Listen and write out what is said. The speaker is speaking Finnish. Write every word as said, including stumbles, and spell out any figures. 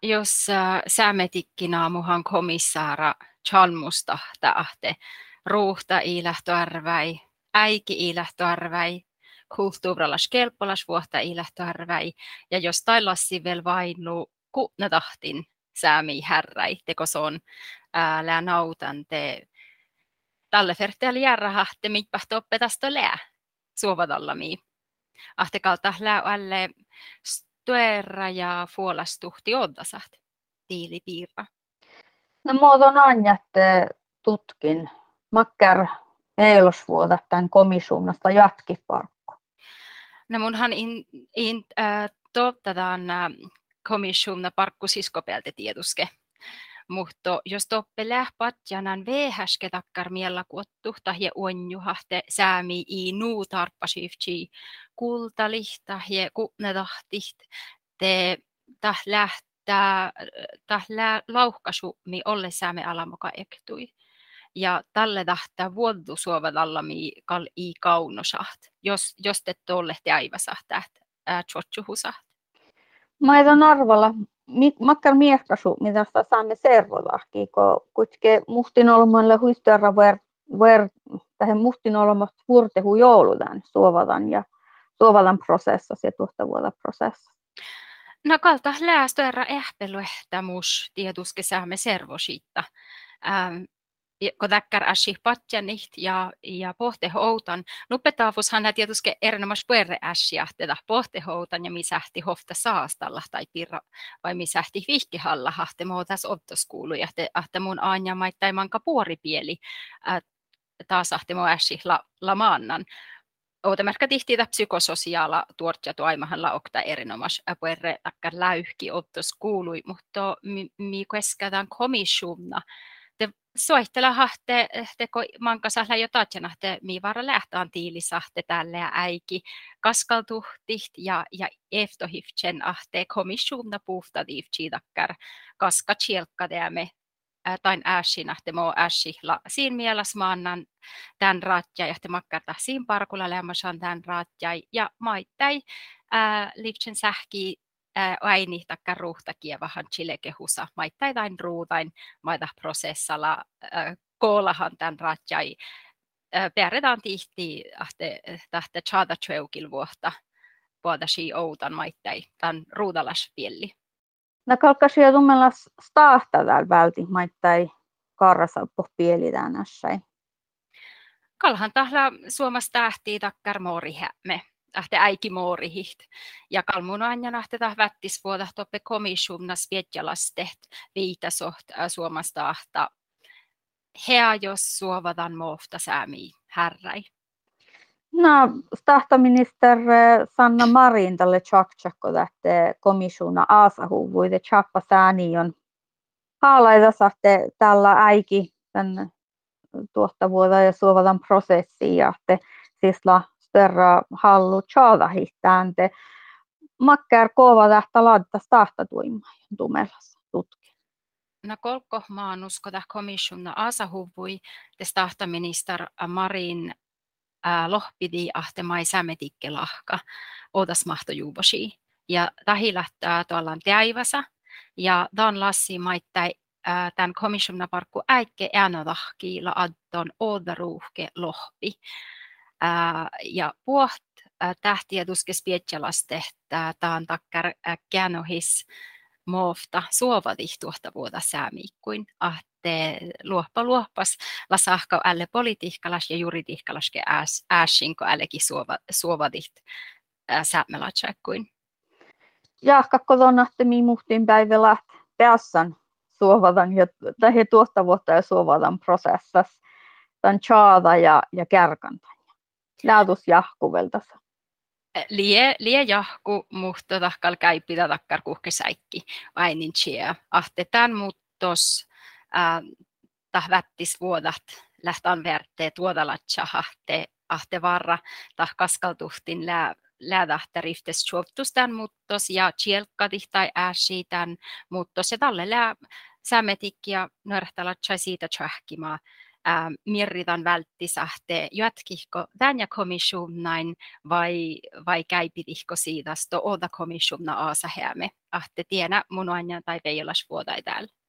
jos äh, sämetikkinaamuhan komissaara Chalmusta tahte ruuhta iilahtoarväi, äiki iilahtoarväi, kulttuuralas kelppolas vuotta iilahtoarväi, ja jos tailassi vielä vainu kuutna tahtin säämi härräi, teko se on ää, lää nautan te talle ferteäli järrahahte mitpahto oppetasto lää suovadallami. Ahte kalta lää alle stuerra ja fuolastuhti oddasaht tiilipiirra. No muoton anjatte tutkin. Makkar eilosvuoda tämän komisuunnasta jatkiparkku. No munhan in, in äh, tottataan äh, komissuunna parkku siskopelti tieduske. Mutta jos toppe lähpatjanan vehäske takkar miellä kuottu tahje onjuhahte säämi i nuu tarppasyyftsi kultalihta ja kunnetahtiht te tah lähtää tah lä, lauhkasumi olle sääme alamoka ektui. Ja tälle tahtaa vuodu suovadallami kal i kaunosaht, jos, jos te tolle te aivasaht ää tjotjuhusaht. Maitan arvalla, makkar miekkasu, mitä sitä saamme servodahki, kun kutke muhtinolmalle huistuarra ver, ver tähän muhtinolmasta vuortehu jouludan suovadan ja suovadan prosessas ja tuosta vuoda prosessas. No kalta läästöärä ähpeluehtämus tietuske saamme servosiitta. Ähm, kun täkkär äsi patjanit ja, ja pohtehoutan. Nuppetaavushan tietysti erinomaisesti puerre äsiä, tätä pohtehoutan ja misähti hofta saastalla tai pirra vai misähti vihkihalla hahte muutas ottoskuulu ja ahte mun aanja maittai manka puoripieli äh, taas ahte mun äsi la, la maannan. Outamärkä tihtiitä psykososiaala tuortja tuaimahan laokta erinomas puerre takkar läyhki ottoskuului, mutta mi, mi keskatään komissiumna. Te soittela hahte, teko mankasahla jo tatjanahte, miivara lähtään tiilisahte tälle ja äiki kaskaltuhtiht ja, ja eftohiftsen ahte komissuunna puhtadivtsi takkar kaska tjelkkadeäme tain ässinahte moo ässihla siin mielas maannan tämän ratja ja te makkarta siin parkulla lämmäsään tämän ratja ja maittai ää, livtsen sähki aini takka ruuhtakia vähän chilekehusa maittai tain ruutain maita prosessalla koolahan tämän ratjai perätään tihti ahte tahte chada cheukil vuotta puoltasi outan maittai tämän ruudalas pieli. No kalkkasia tummella staahta täällä välti maittai karrasalppo pieli tänässä. Kalhan tahla suomas tähtii takkar moorihämme. Ahte äiki moorihiht. Ja kalmun aina ahte tah vättis vuoda toppe komissumna spetjalasteht viitasoht suomasta ahta. Hea jos suovadan moofta säämi härräi. No, stahtaminister Sanna Marin tälle tjaktjakko tähte komissuna aasahuvuui te tjappa sääni on haalaita sahte tällä äiki tän tuosta vuoda ja suovadan prosessi ja te sisla störra hallu tjaadahihtaan te makkar koova tähtä laadita stahtatuimaa tumelas tutki. No kolko maanusko täh komissuna aasahuvuui te stahtaminister Marin Äh, lohpidi ahtemai sämetikke lahka, odas mahtojuubosi. Ja tahi lähtää tuollaan teäiväsä, ja dan lassi maittai äh, tämän komissumna parkku äikke äänodahki la addon odaruuhke lohpi. Äh, ja puoht äh, tähtiä tuske spietjalastehtä taan takkar äh, känohis moofta suovadih tuosta vuoda säämiikkuin. Ahte luoppa luoppas la sahkau älle politiikkalas ja juridihkalaske ääs, ääsinko ällekin suova, suovadih säämelatsaikkuin. Jaakka kodonahte mi muhtiin päivällä päässän suovadan ja he tuosta vuotta ja suovadan prosessas tämän chaada ja, ja kärkantan. Läätus jahkuveltasa. Lie, lie jahku, mutta tahkal käypitä takkar kuhkesäikki ainin chia. Ahte tämän muuttos äh, tah vättis vuodat lähtään värtee tuodalatsa ahte, ahte varra tah kaskaltuhtin lää, läädahte riftes tjuoptus tämän muuttos ja tjelkkadih tai ääsi tämän muuttos ja talle lää sämetik ja nörhtälatsai siitä tjahkimaa ää, mirritan välttisahte jatkihko tänä komissionain vai, vai käypidihko siitä sto oda komissiona aasa hääme. Ahte tienä mun aina tai peijolas vuotai täällä.